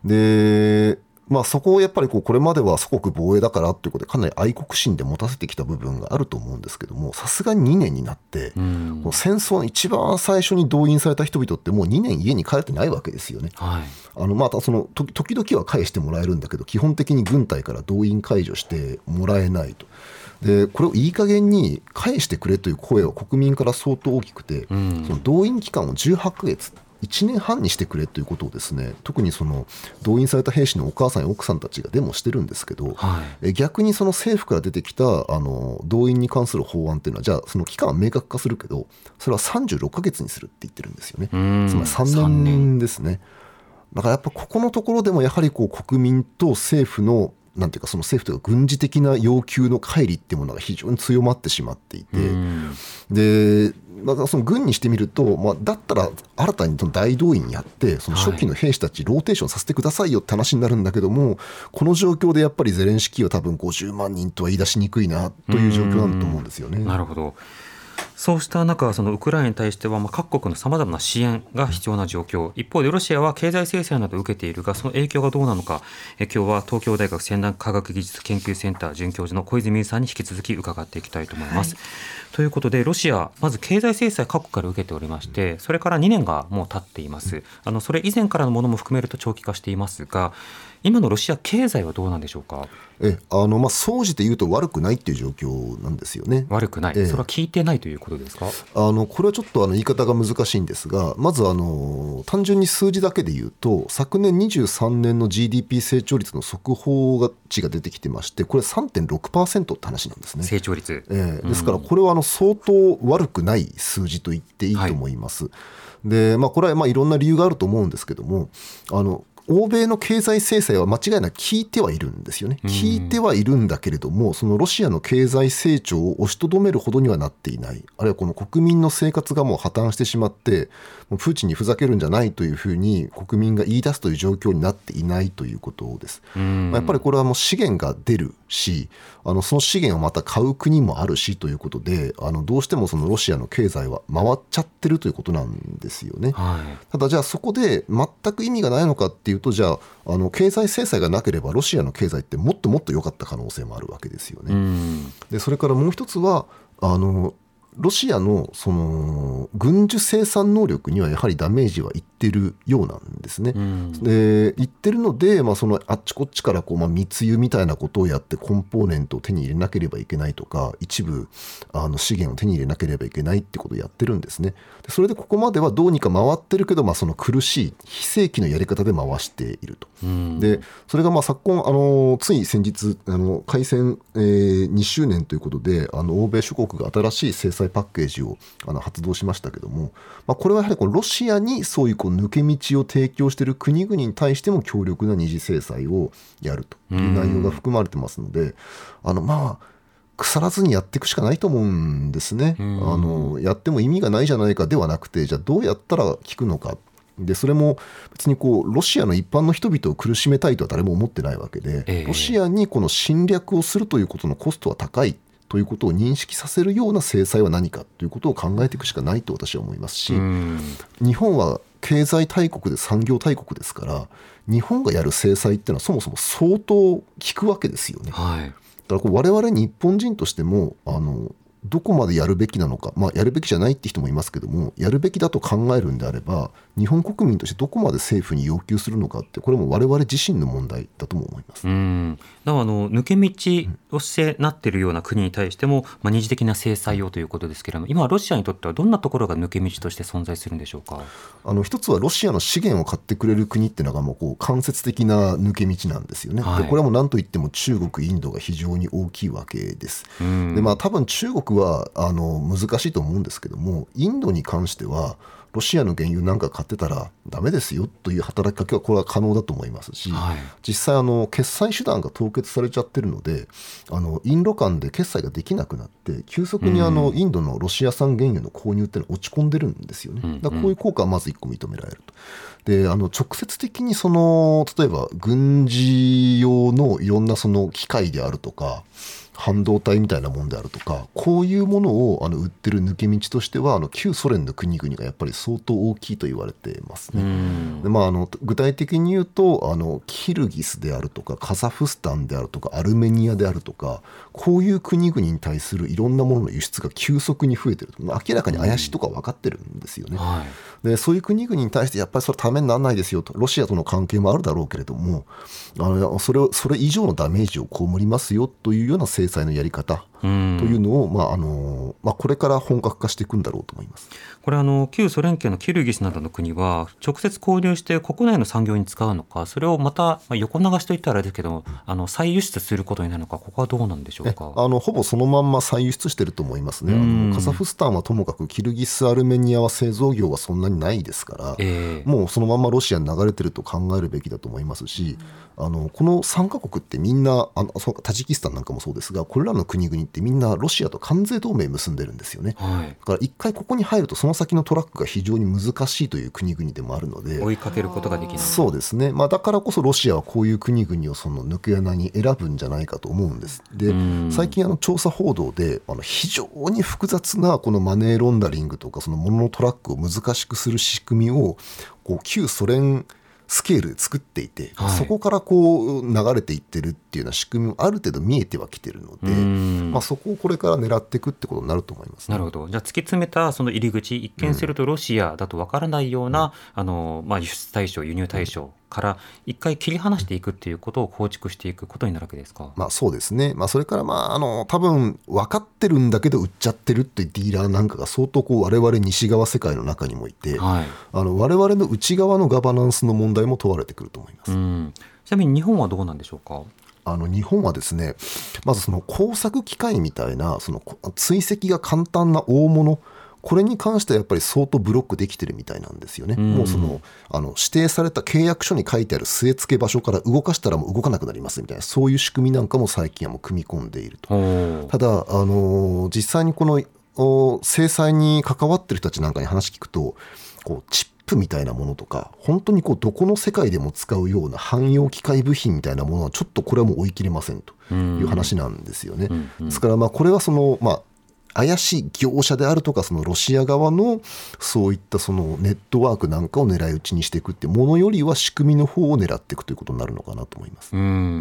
でまあ、そこをやっぱりこうこれまでは祖国防衛だからということでかなり愛国心で持たせてきた部分があると思うんですけどもさすがににねんになってこの戦争の一番最初に動員された人々ってもうにねん家に帰ってないわけですよね。はい、あのまたその時々は返してもらえるんだけど基本的に軍隊から動員解除してもらえないと。でこれをいい加減に返してくれという声は国民から相当大きくてその動員期間をじゅうはっかげついちねんはんにしてくれということをですね特にその動員された兵士のお母さんや奥さんたちがデモしてるんですけど、はい、え逆にその政府から出てきたあの動員に関する法案っていうのはじゃあその期間は明確化するけどそれはさんじゅうろっかげつにするって言ってるんですよね。つまりさんねんですね。だからやっぱここのところでもやはりこう国民と政府のなんていうかその政府というか軍事的な要求の乖離っていうものが非常に強まってしまっていてでだからその軍にしてみると、まあ、だったら新たに大動員やってその初期の兵士たちローテーションさせてくださいよって話になるんだけどもこの状況でやっぱりゼレンスキーは多分ごじゅうまんにんとは言い出しにくいなという状況なんだと思うんですよね。 なるほどそうした中、そのウクライナに対してはまあ各国のさまざまな支援が必要な状況、一方でロシアは経済制裁などを受けているが、その影響がどうなのか、え今日は東京大学先端科学技術研究センター准教授の小泉さんに引き続き伺っていきたいと思います、はい、ということでロシア、まず経済制裁各国から受けておりまして、それからにねんがもう経っています。あのそれ以前からのものも含めると長期化していますが、今のロシア経済はどうなんでしょうか。 えあのまあ、総じて言うと悪くないっていう状況なんですよね。 悪くない、 えそれは聞いてないということですか。 あのこれはちょっとあの言い方が難しいんですが、まずあの単純に数字だけで言うと、昨年にじゅうさんねんの ジーディーピー 成長率の速報値が出てきてまして、これ さんてんろくパーセント って話なんですね。 成長率、 えですからこれはあの相当悪くない数字と言っていいと思います、はい。でまあ、これはまあいろんな理由があると思うんですけども、あの欧米の経済制裁は間違いなく効いてはいるんですよね。効いてはいるんだけれども、そのロシアの経済成長を押しとどめるほどにはなっていない。あるいはこの国民の生活がもう破綻してしまって、もうプーチンにふざけるんじゃないというふうに国民が言い出すという状況になっていないということです。やっぱりこれはもう資源が出るし、あのその資源をまた買う国もあるしということで、あのどうしてもそのロシアの経済は回っちゃってるということなんですよね、はい。ただじゃあそこで全く意味がないのかっていうと、じゃあ、あの経済制裁がなければロシアの経済ってもっともっと良かった可能性もあるわけですよね。でそれからもう一つは、あのロシアのその軍需生産能力にはやはりダメージはいってるようなんですね。で言ってるので、まあ、そのあっちこっちからこう、まあ、密輸みたいなことをやってコンポーネントを手に入れなければいけないとか、一部あの資源を手に入れなければいけないってことをやってるんですね。でそれでここまではどうにか回ってるけど、まあ、その苦しい非正規のやり方で回していると。でそれがまあ昨今、あのつい先日あの開戦、えー、にしゅうねんということで、あの欧米諸国が新しい制裁パッケージをあの発動しましたけども、まあ、これはやはりこのロシアにそういうこう抜け道を提供している国々に対しても強力な二次制裁をやるという内容が含まれてますので、あのまあ腐らずにやっていくしかないと思うんですね。あのやっても意味がないじゃないかではなくて、じゃあどうやったら効くのか。でそれも別にこうロシアの一般の人々を苦しめたいとは誰も思ってないわけで、えー、ロシアにこの侵略をするということのコストは高いということを認識させるような制裁は何かということを考えていくしかないと私は思いますし、日本は経済大国で産業大国ですから、日本がやる制裁っていうのはそもそも相当効くわけですよね、はい。だからこう我々日本人としてもあのどこまでやるべきなのか、まあ、やるべきじゃないって人もいますけども、やるべきだと考えるんであれば、日本国民としてどこまで政府に要求するのかって、これも我々自身の問題だとも思います。 うんだからあの抜け道をしてなっているような国に対しても、まあ、二次的な制裁をということですけれども、今ロシアにとってはどんなところが抜け道として存在するんでしょうか。 あの一つはロシアの資源を買ってくれる国っていうのがもうこう間接的な抜け道なんですよね、はい。でこれはもう何といっても中国インドが非常に大きいわけです。で、まあ、多分中国はあの難しいと思うんですけども、インドに関してはロシアの原油なんか買ってたらダメですよという働きかけはこれは可能だと思いますし、はい、実際あの決済手段が凍結されちゃってるので、あのインド間で決済ができなくなって急速にあのインドのロシア産原油の購入っていうのは落ち込んでるんですよね。だからこういう効果はまずいっこ認められると。であの直接的にその例えば軍事用のいろんなその機械であるとか半導体みたいなもんであるとか、こういうものをあの売ってる抜け道としてはあの旧ソ連の国々がやっぱり相当大きいと言われてますね。で、まあ、あの具体的に言うとあのキルギスであるとかカザフスタンであるとかアルメニアであるとか、こういう国々に対するいろんなものの輸出が急速に増えてると。明らかに怪しいとか分かってるんですよね、はい。でそういう国々に対してやっぱりそれためにならないですよと、ロシアとの関係もあるだろうけれども、あのそれをそれ以上のダメージを被りますよというような制裁のやり方というのを、まああのまあ、これから本格化していくんだろうと思います。 これあの旧ソ連圏のキルギスなどの国は直接購入して国内の産業に使うのか、それをまた、まあ、横流しといったらあれですけど、あの再輸出することになるのか、ここはどうなんでしょうか。 あのほぼそのまんま再輸出してると思いますね。あのカザフスタンはともかくキルギスアルメニアは製造業はそんなにないですから、えー、もうそのままロシアに流れてると考えるべきだと思いますし、あのこのさんカ国ってみんなあのタジキスタンなんかもそうですが、これらの国々っってみんなロシアと関税同盟結んでるんですよね、はい、だから一回ここに入るとその先のトラックが非常に難しいという国々でもあるので追いかけることができない。 そうですね、まあ、だからこそロシアはこういう国々をその抜け穴に選ぶんじゃないかと思うんです。で最近あの調査報道であの非常に複雑なこのマネーロンダリングとかその物のトラックを難しくする仕組みをこう旧ソ連スケールで作っていて、はい、そこからこう流れていってるっていうような仕組みもある程度見えてはきてるので、まあ、そこをこれから狙っていくってことになると思います、ね、 なるほど。じゃあ突き詰めたその入り口、一見するとロシアだとわからないような、うん、あのまあ、輸出対象輸入対象から一回切り離していくっていうことを構築していくことになるわけですか。 まあ、そうですね、まあ、それからまああの多分分かってるんだけど売っちゃってるっていうディーラーなんかが相当こう我々西側世界の中にもいて、はい、あの我々の内側のガバナンスの問題も問われてくると思います。 うん、ちなみに日本はどうなんでしょうか。 あの日本はですね、まずその工作機械みたいなその追跡が簡単な大物、これに関してはやっぱり相当ブロックできてるみたいなんですよね、うん、もうそのあの指定された契約書に書いてある据え付け場所から動かしたらもう動かなくなりますみたいな、そういう仕組みなんかも最近はもう組み込んでいると。ただ、あの実際にこの制裁に関わってる人たちなんかに話聞くと、こうチップみたいなものとか本当にこうどこの世界でも使うような汎用機械部品みたいなものはちょっとこれはもう追い切れませんという話なんですよね、うんうん、ですからまあこれはそのまあ怪しい業者であるとかそのロシア側のそういったそのネットワークなんかを狙い撃ちにしていくっていうものよりは仕組みの方を狙っていくということになるのかなと思います。 うん、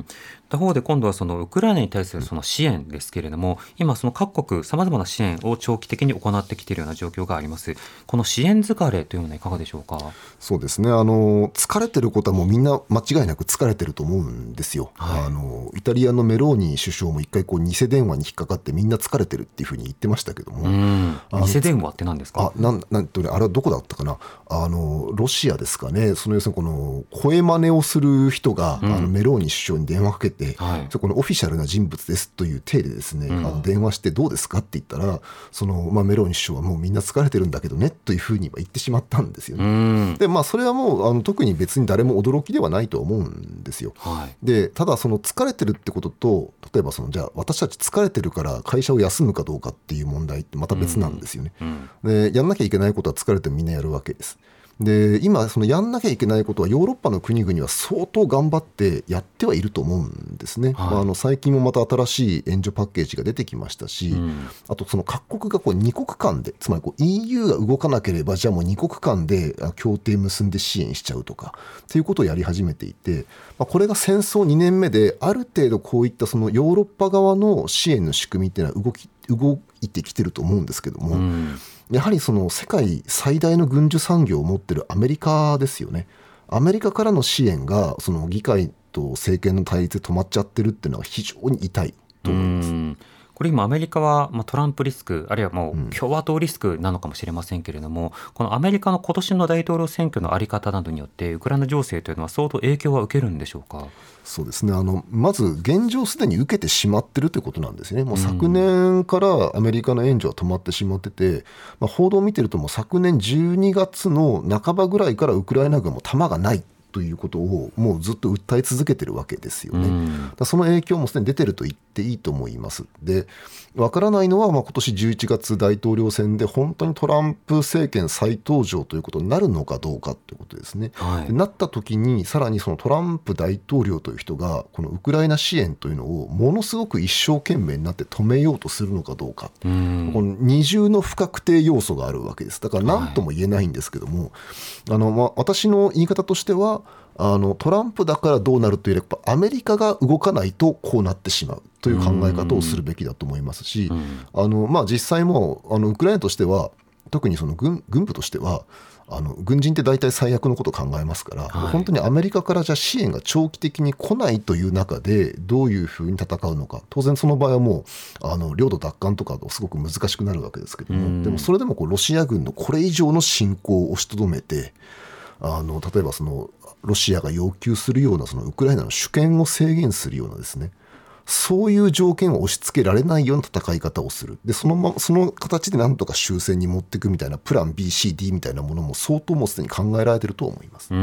他方で今度はそのウクライナに対するその支援ですけれども、今その各国さまざまな支援を長期的に行ってきているような状況があります。この支援疲れというのはいかがでしょうか。 そうですね、あの疲れてることはもうみんな間違いなく疲れてると思うんですよ、はい、あのイタリアのメローニ首相も一回こう偽電話に引っかかってみんな疲れてるっていうふうに言ってましたけども、うん、 偽電話って何ですか。 あなんなんと、ね、あれはどこだったかな、あのロシアですかね。その要するにこの声真似をする人が、うん、あのメローニ首相に電話かけて、はい、そこのオフィシャルな人物ですという体でですね、うん、あの電話してどうですかって言ったら、その、まあ、メローニ首相はもうみんな疲れてるんだけどねというふうに言ってしまったんですよね、うん、でまあ、それはもうあの特に別に誰も驚きではないと思うんですよ、はい、でただその疲れてるってことと、例えばそのじゃあ私たち疲れてるから会社を休むかどうかっていう問題ってまた別なんですよね、うんうん、でやんなきゃいけないことは疲れてもみんなやるわけです。で今そのやんなきゃいけないことはヨーロッパの国々は相当頑張ってやってはいると思うんですね、はい、まあ、あの最近もまた新しい援助パッケージが出てきましたし、うん、あとその各国がこうに国間で、つまりこう イーユー が動かなければじゃあもうに国間で協定結んで支援しちゃうとかっていうことをやり始めていて、まあ、これが戦争にねんめである程度こういったそのヨーロッパ側の支援の仕組みっていうのは動き動いてきてると思うんですけども、うん、やはりその世界最大の軍需産業を持っているアメリカですよね。アメリカからの支援がその議会と政権の対立で止まっちゃってるっていうのは非常に痛いと思います。うん、 これ今アメリカはトランプリスク、あるいはもう共和党リスクなのかもしれませんけれども、うん、このアメリカの今年の大統領選挙の在り方などによってウクライナ情勢というのは相当影響は受けるんでしょうか。 そうですね、あのまず現状すでに受けてしまってるということなんですね。もう昨年からアメリカの援助は止まってしまってて、まあ、報道を見てるともう昨年じゅうにがつの半ばぐらいからウクライナ軍も弾がないということをもうずっと訴え続けてるわけですよね、うん、だその影響もすでに出てると言っていいと思います。でわからないのは、まあ、今年じゅういちがつ大統領選で本当にトランプ政権再登場ということになるのかどうかということですね、はい、でなった時にさらにそのトランプ大統領という人がこのウクライナ支援というのをものすごく一生懸命になって止めようとするのかどうか、うん、この二重の不確定要素があるわけです。だから何とも言えないんですけども、はい、あのまあ、私の言い方としてはあのトランプだからどうなるというよりアメリカが動かないとこうなってしまうという考え方をするべきだと思いますし、あの、まあ、実際もあのウクライナとしては特にその 軍, 軍部としてはあの軍人って大体最悪のことを考えますから、はい、本当にアメリカからじゃ支援が長期的に来ないという中でどういうふうに戦うのか、当然その場合はもうあの領土奪還とかすごく難しくなるわけですけども、でもそれでもこうロシア軍のこれ以上の侵攻を押しとどめて、あの例えばそのロシアが要求するようなそのウクライナの主権を制限するようなですね、 そういう条件を押し付けられないような戦い方をする。でそのままその形でなんとか終戦に持っていくみたいなプラン ビーシーディー みたいなものも相当もうすでに考えられていると思います。 うん、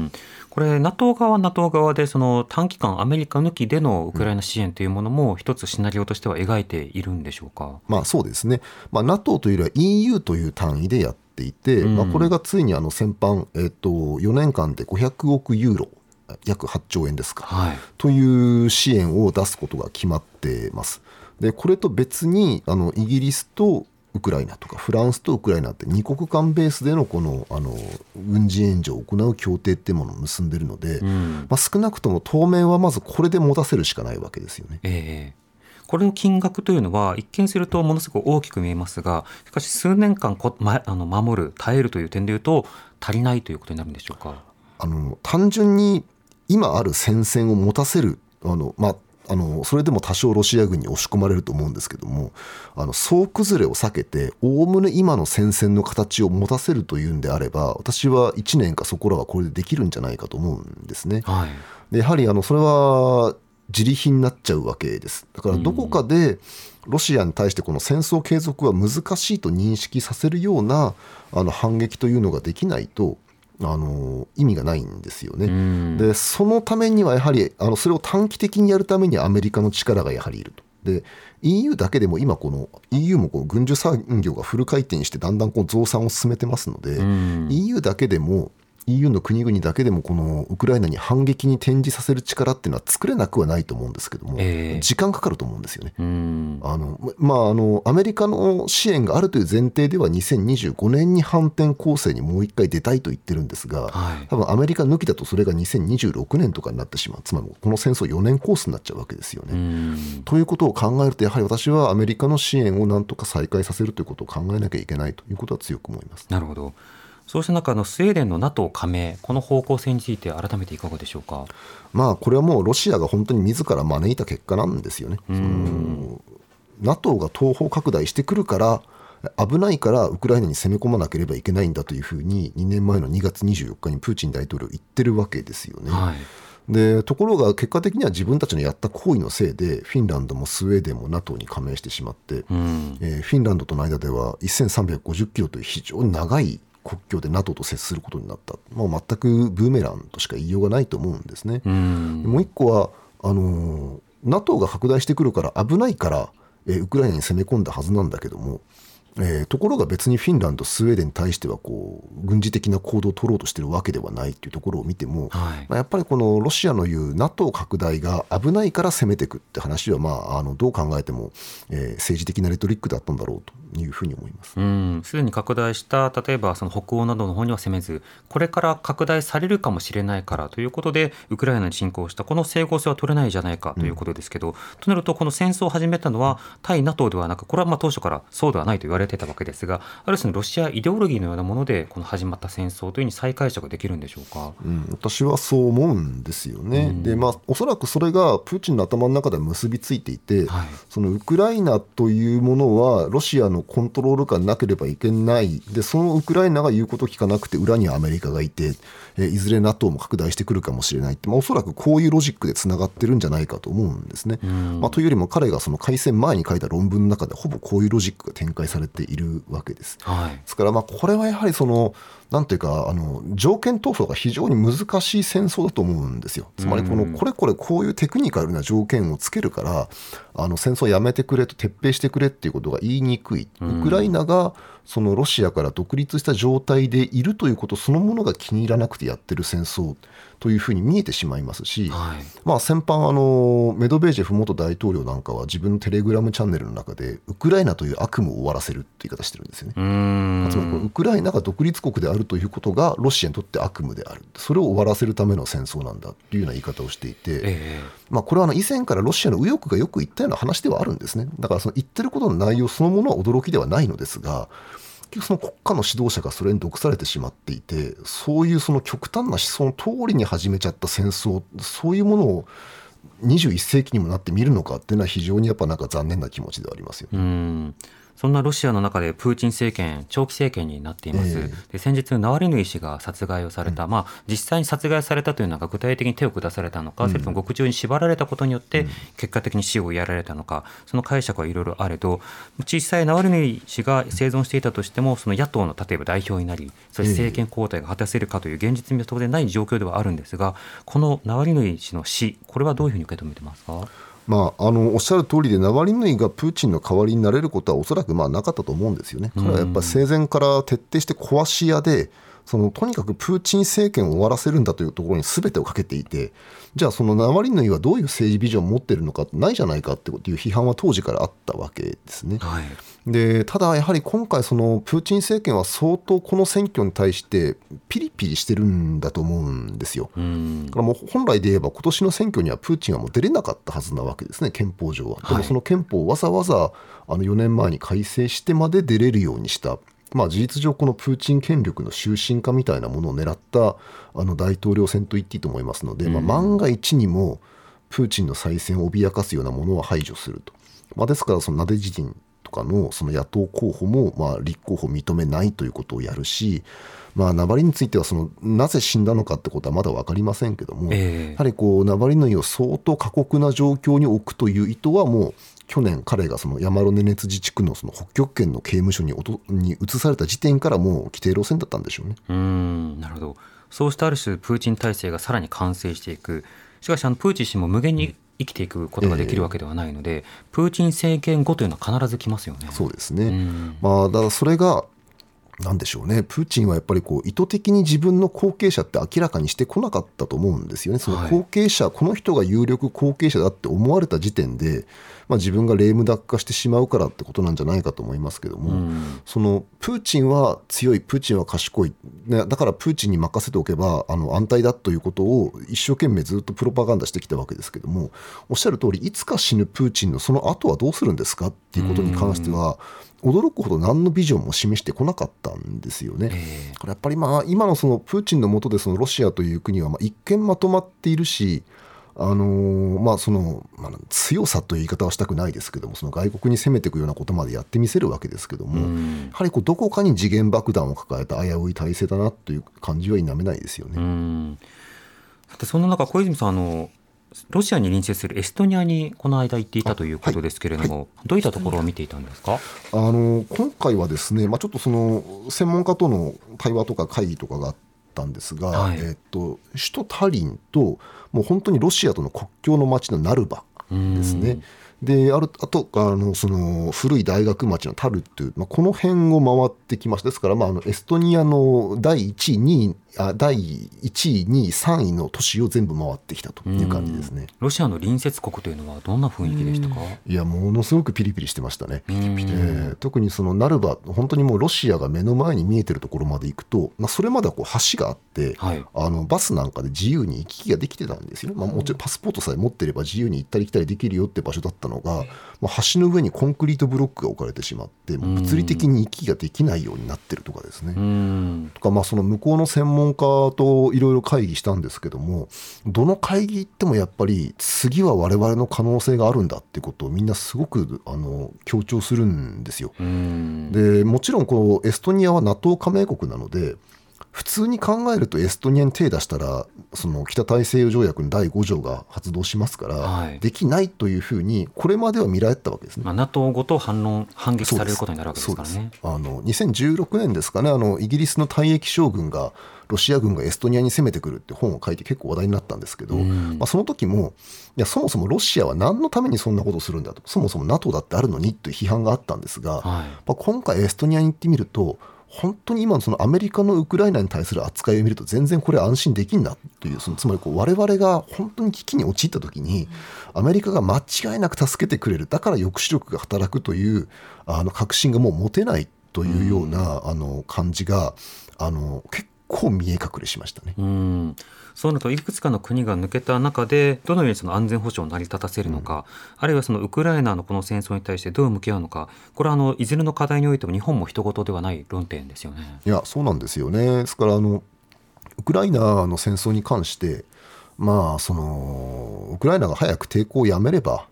これ NATO 側は NATO 側でその短期間アメリカ抜きでのウクライナ支援というものも一つシナリオとしては描いているんでしょうか。 まあそうですね、まあ、NATO というよりは イーユー という単位でやっていて、うんまあ、これがついにあの先般、えっと、よねんかんでごひゃくおくユーロ約はっちょうえんですか、はい、という支援を出すことが決まっています。でこれと別にあのイギリスとウクライナとかフランスとウクライナってにこくかんベースでのこのあの軍事援助を行う協定っていうものを結んでいるので、うんまあ、少なくとも当面はまずこれで持たせるしかないわけですよね。 えーこれの金額というのは一見するとものすごく大きく見えますが、しかし数年間こ、ま、あの守る耐えるという点でいうと足りないということになるんでしょうか。 あの単純に今ある戦線を持たせるあの、まあ、あのそれでも多少ロシア軍に押し込まれると思うんですけども、あの総崩れを避けておおむね今の戦線の形を持たせるというんであれば、私はいちねんかそこらはこれでできるんじゃないかと思うんですね。はい、でやはりあのそれは自利品になっちゃうわけです。だからどこかでロシアに対してこの戦争継続は難しいと認識させるようなあの反撃というのができないとあの意味がないんですよね。でそのためにはやはりあのそれを短期的にやるためにアメリカの力がやはりいると。で イーユー だけでも今この イーユー もこう軍需産業がフル回転してだんだんこう増産を進めてますので イーユー だけでもイーユー の国々だけでもこのウクライナに反撃に転じさせる力っていうのは作れなくはないと思うんですけども、えー、時間かかると思うんですよね。うんあのまあ、あのアメリカの支援があるという前提ではにせんにじゅうごねんに反転攻勢にもう一回出たいと言ってるんですが、はい、多分アメリカ抜きだとそれがにせんにじゅうろくねんとかになってしまう。つまりこの戦争よねんコースになっちゃうわけですよね。ということを考えるとやはり私はアメリカの支援をなんとか再開させるということを考えなきゃいけないということは強く思います。 なるほど。そうした中のスウェーデンの NATO 加盟、この方向性について改めていかがでしょうか。 まあこれはもうロシアが本当に自ら招いた結果なんですよね。その NATO が東方拡大してくるから危ないからウクライナに攻め込まなければいけないんだというふうににねんまえのにがつにじゅうよっかにプーチン大統領言ってるわけですよね。はいでところが結果的には自分たちのやった行為のせいでフィンランドもスウェーデンも NATO に加盟してしまって、うんえー、フィンランドとの間ではせんさんびゃくごじゅっキロという非常に長い国境で NATO と接することになった。もう全くブーメランとしか言いようがないと思うんですね。うんもう一個はあの NATO が拡大してくるから危ないから、えー、ウクライナに攻め込んだはずなんだけども、えー、ところが別にフィンランドスウェーデンに対してはこう軍事的な行動を取ろうとしているわけではないというところを見ても、はいまあ、やっぱりこのロシアの言う NATO 拡大が危ないから攻めていくって話は、まあ、あのどう考えても、えー、政治的なレトリックだったんだろうというふうに思います。 うんすでに拡大した例えばその北欧などの方には攻めず、これから拡大されるかもしれないからということでウクライナに侵攻したこの整合性は取れないじゃないかということですけど、うん、となるとこの戦争を始めたのは対 NATO ではなく、これはまあ当初からそうではないと言われていたわけですが、ある種のロシアイデオロギーのようなものでこの始まった戦争というふうに再解釈できるんでしょうか。 うん、私はそう思うんですよね。うんでまあ、おそらくそれがプーチンの頭の中では結びついていて、はい、そのウクライナというものはロシアのコントロール下になければいけないで、そのウクライナが言うことを聞かなくて裏にはアメリカがいて、えいずれ NATO も拡大してくるかもしれないって、まあ、おそらくこういうロジックでつながってるんじゃないかと思うんですね。うんまあ、というよりも彼がその開戦前に書いた論文の中でほぼこういうロジックが展開されているわけです。はい、ですからまあこれはやはりそのなんていうかあの条件闘争が非常に難しい戦争だと思うんですよ。つまりこのこれこれこういうテクニカルな条件をつけるからあの戦争やめてくれと撤兵してくれっていうことが言いにくい。ウクライナがそのロシアから独立した状態でいるということそのものが気に入らなくてやってる戦争というふうに見えてしまいますし、はいまあ、先般あのメドベージェフ元大統領なんかは自分のテレグラムチャンネルの中でウクライナという悪夢を終わらせるって言い方してるんですよね。うーんつまりこのウクライナが独立国であるということがロシアにとって悪夢である、それを終わらせるための戦争なんだというような言い方をしていて、えーまあ、これはあの以前からロシアの右翼がよく言ったような話ではあるんですね。だからその言ってることの内容そのものは驚きではないのですが、その国家の指導者がそれに毒されてしまっていて、そういうその極端な思想の通りに始めちゃった戦争、そういうものをにじゅういっせいきにもなって見るのかっていうのは非常にやっぱなんか残念な気持ちではありますよね。 うんそんなロシアの中でプーチン政権長期政権になっています、えー、で先日ナワリヌイ氏が殺害をされた、うんまあ、実際に殺害されたというのが具体的に手を下されたのか、うん、それとも獄中に縛られたことによって結果的に死をやられたのか、その解釈はいろいろあれど、実際ナワリヌイ氏が生存していたとしてもその野党の例えば代表になり、そして政権交代が果たせるかという現実味は当然ない状況ではあるんですが、このナワリヌイ氏の死、これはどういうふうに受け止めてますか？ まあ、あのおっしゃる通りで、ナワリヌイがプーチンの代わりになれることはおそらくまあなかったと思うんですよね。彼はやっぱり生前から徹底して壊し屋で、そのとにかくプーチン政権を終わらせるんだというところに全てをかけていて、じゃあそのナワリヌイはどういう政治ビジョンを持っているのかないじゃないかっていう批判は当時からあったわけですね、はい、でただやはり今回そのプーチン政権は相当この選挙に対してピリピリしてるんだと思うんですよ。だからもう本来で言えば今年の選挙にはプーチンはもう出れなかったはずなわけですね、憲法上は。でもその憲法をわざわざあのよねんまえに改正してまで出れるようにした。まあ、事実上このプーチン権力の終身化みたいなものを狙ったあの大統領選と言っていいと思いますので、まあ、万が一にもプーチンの再選を脅かすようなものは排除すると、まあ、ですからそのナデジディンとかのその野党候補もまあ立候補を認めないということをやるし、まあ、ナバリについてはそのなぜ死んだのかってことはまだ分かりませんけども、えー、やはりこうナバリヌイを相当過酷な状況に置くという意図はもう去年彼がそのヤマロネネツ自治区のその北極圏の刑務所にに移された時点からもう規定路線だったんでしょうね。 うーん、なるほど。そうしたある種プーチン体制がさらに完成していく。しかしあのプーチン氏も無限に生きていくことができるわけではないので、えー、プーチン政権後というのは必ず来ますよね。 そうですね、まあ、だからそれがなんでしょうね、プーチンはやっぱりこう意図的に自分の後継者って明らかにしてこなかったと思うんですよね。その後継者、はい、この人が有力後継者だって思われた時点で、まあ、自分がレームダック化してしまうからってことなんじゃないかと思いますけども、うん、そのプーチンは強い、プーチンは賢い、ね、だからプーチンに任せておけばあの安泰だということを一生懸命ずっとプロパガンダしてきたわけですけども、おっしゃる通りいつか死ぬプーチンのその後はどうするんですかっていうことに関しては、うん、驚くほど何のビジョンも示してこなかったんですよね。えー、これやっぱりまあ今のそのプーチンの下でそのロシアという国はまあ一見まとまっているし、あのーまあそのまあ、強さという言い方はしたくないですけども、その外国に攻めていくようなことまでやってみせるわけですけども、やはりこうどこかに時限爆弾を抱えた危うい体制だなという感じは否めないですよね。 うん、さてそんな中小泉さん、あのロシアに隣接するエストニアにこの間行っていたということですけれども、はいはい、どういったところを見ていたんですか？ あの今回はですね、まあ、ちょっとその専門家との対話とか会議とかがあったんですが、はい、えっと、首都タリンともう本当にロシアとの国境の町のナルバですね。であるあとあのその古い大学町のタルトゥ、まあ、この辺を回ってきました。ですから、まあ、あのエストニアのだいいちいにいあだいいちいにいさんいの都市を全部回ってきたという感じですね。 ロシアの隣接国というのはどんな雰囲気でしたか？ いや、ものすごくピリピリしてましたね。ピリピリ、えー、特にそのナルバ、本当にもうロシアが目の前に見えてるところまで行くと、まあ、それまではこう橋があって、はい、あのバスなんかで自由に行き来ができてたんですよ。まあ、もちろんパスポートさえ持ってれば自由に行ったり来たりできるよって場所だったのが、まあ、橋の上にコンクリートブロックが置かれてしまって、もう物理的に行き来ができないようになってるとかですね。うんとか、まあ、その向こうの専門家といろいろ会議したんですけども、どの会議行ってもやっぱり次は我々の可能性があるんだってことをみんなすごくあの強調するんですよ。でもちろんこのエストニアは ナトー 加盟国なので、普通に考えるとエストニアに手出したらその北大西洋条約のだいご条が発動しますから、はい、できないというふうにこれまでは見られたわけですね。 まあ、ナトー ごと反論反撃されることになるわけですからね。 あのにせんじゅうろくねんですかね、あのイギリスの退役将軍がロシア軍がエストニアに攻めてくるって本を書いて結構話題になったんですけど、まあ、その時もいやそもそもロシアは何のためにそんなことをするんだと、そもそも ナトー だってあるのにという批判があったんですが、はい、まあ、今回エストニアに行ってみると本当に今のそのアメリカのウクライナに対する扱いを見ると全然これ安心できんなという、そのつまりこう我々が本当に危機に陥った時にアメリカが間違いなく助けてくれる、だから抑止力が働くというあの確信がもう持てないというようなあの感じがあの結構見え隠れしましたね。 うん、そうなるといくつかの国が抜けた中でどのようにその安全保障を成り立たせるのか、うん、あるいはそのウクライナのこの戦争に対してどう向き合うのか、これはあのいずれの課題においても日本も人事ではない論点ですよね。 いや、そうなんですよね。ですからあのウクライナの戦争に関して、まあ、そのウクライナが早く抵抗をやめれば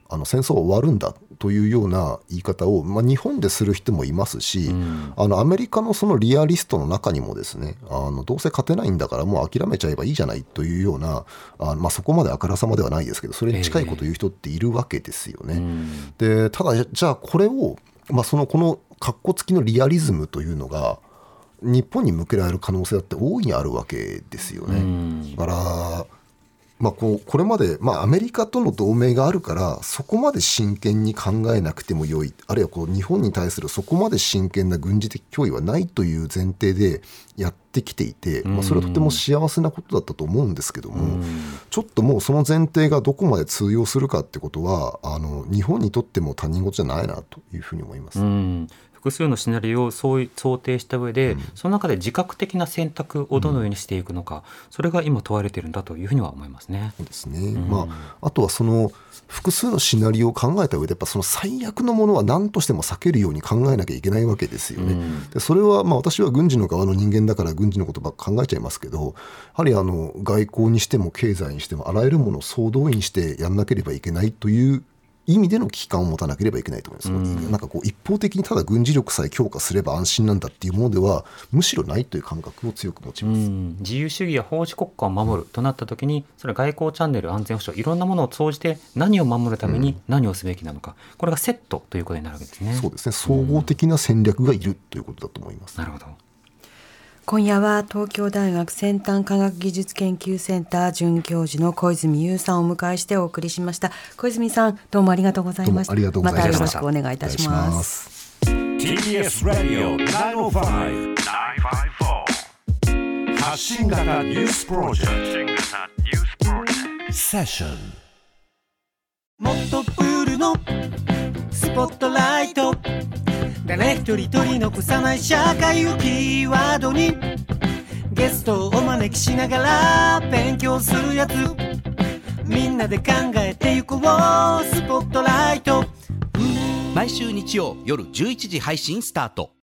あの戦争は終わるんだというような言い方を、まあ、日本でする人もいますし、うん、あのアメリカのそのリアリストの中にもですね、あのどうせ勝てないんだからもう諦めちゃえばいいじゃないというような、あまあ、そこまであからさまではないですけど、それに近いことを言う人っているわけですよね、えーうん、でただじゃあこれを、まあ、そのこのカッコつきのリアリズムというのが日本に向けられる可能性だって大いにあるわけですよね、うん、だからまあ、こうこれまで、まあ、アメリカとの同盟があるからそこまで真剣に考えなくてもよい、あるいはこう日本に対するそこまで真剣な軍事的脅威はないという前提でやってきていて、まあ、それはとても幸せなことだったと思うんですけども、ちょっともうその前提がどこまで通用するかってことはあの日本にとっても他人事じゃないなというふうに思います。 うん複数のシナリオを想定した上で、うん、その中で自覚的な選択をどのようにしていくのか、うん、それが今問われているんだというふうには思いますね。 そうですね、うんまあ、あとはその複数のシナリオを考えた上でやっぱその最悪のものは何としても避けるように考えなきゃいけないわけですよね、うん、でそれはまあ私は軍事の側の人間だから軍事のことばっか考えちゃいますけど、やはりあの外交にしても経済にしてもあらゆるものを総動員してやんなければいけないという意味での危機感を持たなければいけないと思います、うん、なんかこう一方的にただ軍事力さえ強化すれば安心なんだっていうものではむしろないという感覚を強く持ちます、うん、 自由主義や法治国家を守るとなった時にそれは外交チャンネル安全保障いろんなものを通じて何を守るために何をすべきなのか、うん、これがセットということになるわけですね。 そうですね、総合的な戦略がいるということだと思います、 うん、なるほど。 今夜は東京大学先端科学技術研究センター准教授の小泉悠さんをお迎えしてお送りしました。小泉さんどうもありがとうございました。 どうもありがとうございました。 またよろしくお願いいたします。 ティービーエス Radio きゅうまるご きゅうごよん 発信型ニュースプロジェクトセッション。 もっとプールのスポットライト、誰一人取り残さない社会をキーワードにゲストをお招きしながら勉強するやつ、みんなで考えてゆこうスポットライト。 毎週日曜夜じゅういちじ配信スタート。